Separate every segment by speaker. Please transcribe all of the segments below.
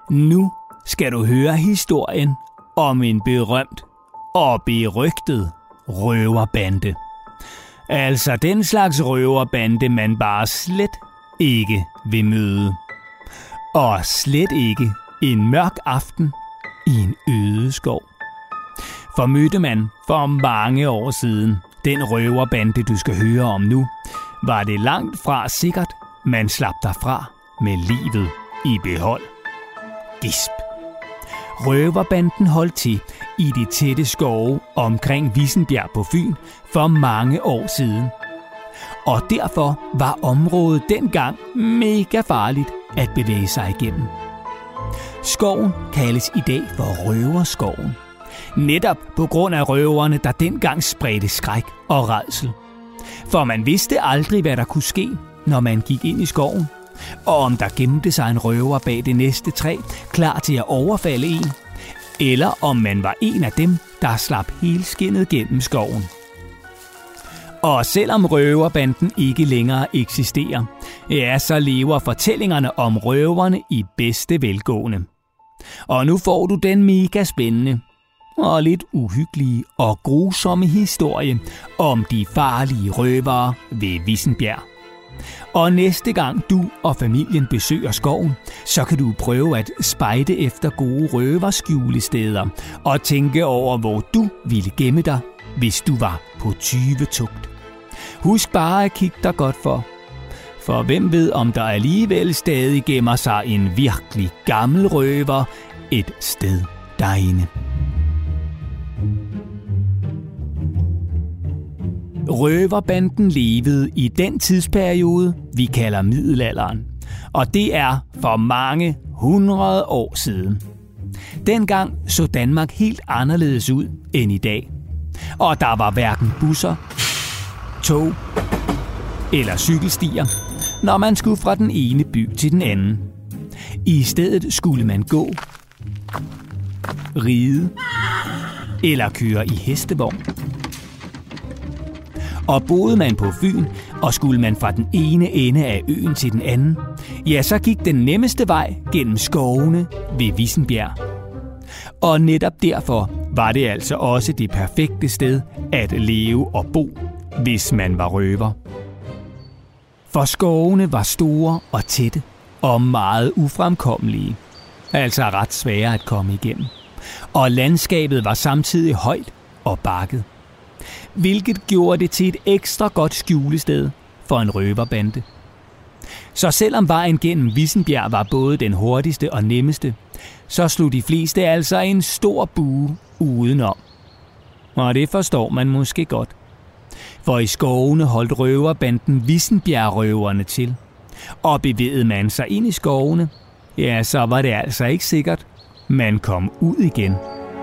Speaker 1: Nu skal du høre historien om en berømt og berygtet røverbande. Altså den slags røverbande, man bare slet ikke vil møde. Og slet ikke en mørk aften i en øde skov. For mødte man for mange år siden den røverbande, du skal høre om nu, var det langt fra sikkert, man slap derfra med livet i behold. Gisp. Røverbanden holdt til i de tætte skove omkring Vissenbjerg på Fyn for mange år siden. Og derfor var området dengang mega farligt at bevæge sig igennem. Skoven kaldes i dag for Røverskoven. Netop på grund af røverne, der dengang spredte skræk og rædsel. For man vidste aldrig, hvad der kunne ske, når man gik ind i skoven. Og om der gemte sig en røver bag det næste træ, klar til at overfalde en. Eller om man var en af dem, der slap helskindet gennem skoven. Og selvom røverbanden ikke længere eksisterer, ja, så lever fortællingerne om røverne i bedste velgående. Og nu får du den mega spændende og lidt uhyggelige og grusomme historie om de farlige røvere ved Vissenbjerg. Og næste gang du og familien besøger skoven, så kan du prøve at spejde efter gode røverskjulesteder og tænke over, hvor du ville gemme dig, hvis du var på tyvetugt. Husk bare at kigge dig godt for hvem ved, om der alligevel stadig gemmer sig en virkelig gammel røver et sted derinde. Røverbanden levede i den tidsperiode, vi kalder middelalderen. Og det er for mange 100 år siden. Dengang så Danmark helt anderledes ud end i dag. Og der var hverken busser, tog eller cykelstier, når man skulle fra den ene by til den anden. I stedet skulle man gå, ride eller køre i hestevogn. Og boede man på Fyn, og skulle man fra den ene ende af øen til den anden, ja, så gik den nemmeste vej gennem skovene ved Vissenbjerg. Og netop derfor var det altså også det perfekte sted at leve og bo, hvis man var røver. For skovene var store og tætte og meget ufremkommelige, altså ret svære at komme igennem. Og landskabet var samtidig højt og bakket, hvilket gjorde det til et ekstra godt skjulested for en røverbande. Så selvom vejen gennem Vissenbjerg var både den hurtigste og nemmeste, så slog de fleste altså en stor bue udenom. Og det forstår man måske godt. For i skovene holdt røverbanden Vissenbjerg-røverne til. Og bevægede man sig ind i skovene, ja, så var det altså ikke sikkert, man kom ud igen.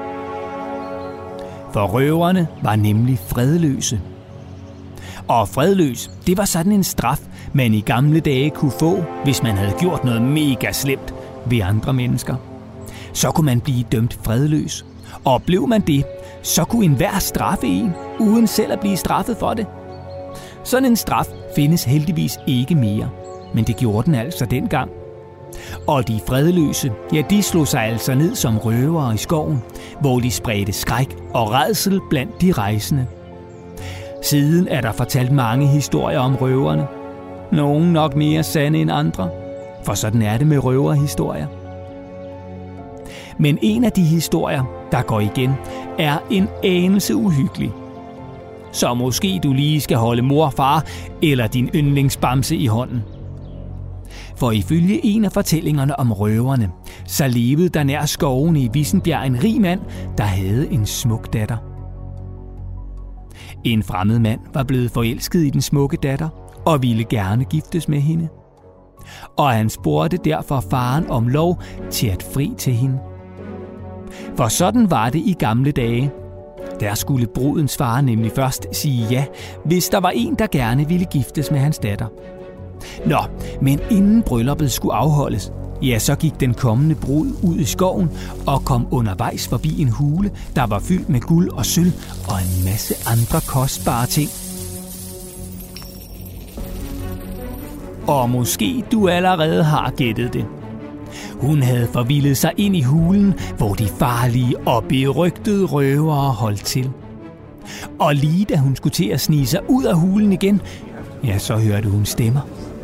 Speaker 1: For røverne var nemlig fredløse. Og fredløs, det var sådan en straf, man i gamle dage kunne få, hvis man havde gjort noget mega slemt ved andre mennesker. Så kunne man blive dømt fredløs. Og blev man det, så kunne enhver straffe en, uden selv at blive straffet for det. Sådan en straf findes heldigvis ikke mere, men det gjorde den altså dengang. Og de fredløse, ja, de slog sig altså ned som røvere i skoven, hvor de spredte skræk og rædsel blandt de rejsende. Siden er der fortalt mange historier om røverne. Nogle nok mere sande end andre, for sådan er det med røverhistorier. Men en af de historier, der går igen, er en anelse uhyggelig. Så måske du lige skal holde mor, far eller din yndlingsbamse i hånden. For ifølge en af fortællingerne om røverne, så levede der nær skovene i Vissenbjerg en rig mand, der havde en smuk datter. En fremmed mand var blevet forelsket i den smukke datter og ville gerne giftes med hende. Og han spurgte derfor faren om lov til at fri til hende. For sådan var det i gamle dage. Der skulle brudens far nemlig først sige ja, hvis der var en, der gerne ville giftes med hans datter. Nå, men inden brylluppet skulle afholdes, ja, så gik den kommende brud ud i skoven og kom undervejs forbi en hule, der var fyldt med guld og sølv og en masse andre kostbare ting. Og måske du allerede har gættet det. Hun havde forvildet sig ind i hulen, hvor de farlige og berygtede røvere holdt til. Og lige da hun skulle til at snige sig ud af hulen igen, ja, så hørte hun stemmer.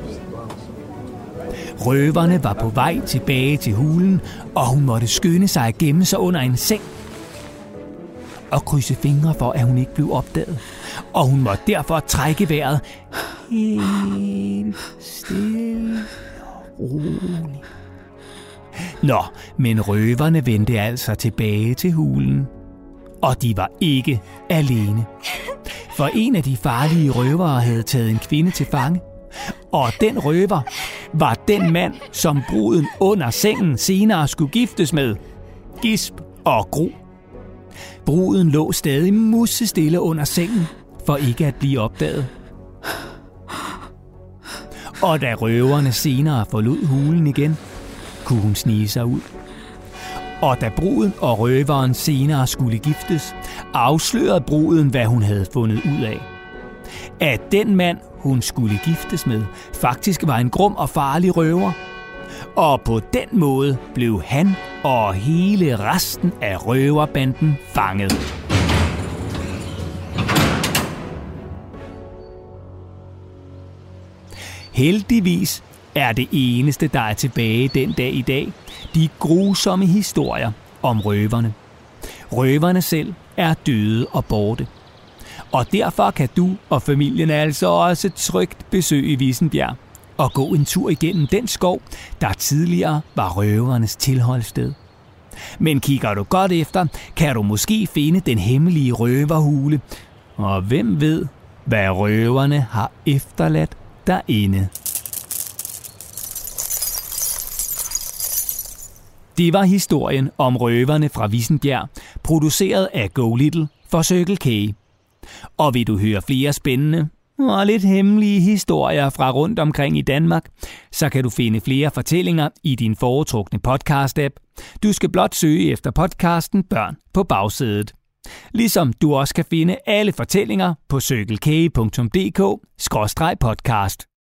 Speaker 1: Røverne var på vej tilbage til hulen, og hun måtte skynde sig at gemme sig under en seng og krydse fingre for, at hun ikke blev opdaget. Og hun måtte derfor trække vejret helt stille og roligt. Nå, men røverne vendte altså tilbage til hulen. Og de var ikke alene. For en af de farlige røvere havde taget en kvinde til fange. Og den røver var den mand, som bruden under sengen senere skulle giftes med. Gisp og gru. Bruden lå stadig musestille under sengen, for ikke at blive opdaget. Og da røverne senere forlod hulen igen, kunne hun snige sig ud. Og da bruden og røveren senere skulle giftes, afslørede bruden, hvad hun havde fundet ud af. At den mand, hun skulle giftes med, faktisk var en grum og farlig røver. Og på den måde blev han og hele resten af røverbanden fanget. Heldigvis er det eneste, der er tilbage den dag i dag, de grusomme historier om røverne. Røverne selv er døde og borte. Og derfor kan du og familien altså også trygt besøge Vissenbjerg og gå en tur igennem den skov, der tidligere var røvernes tilholdssted. Men kigger du godt efter, kan du måske finde den hemmelige røverhule. Og hvem ved, hvad røverne har efterladt derinde. Det var historien om røverne fra Vissenbjerg, produceret af Go Little for Circle K. Og vil du høre flere spændende og lidt hemmelige historier fra rundt omkring i Danmark, så kan du finde flere fortællinger i din foretrukne podcast-app. Du skal blot søge efter podcasten Børn på bagsædet. Ligesom du også kan finde alle fortællinger på circlek.dk/podcast.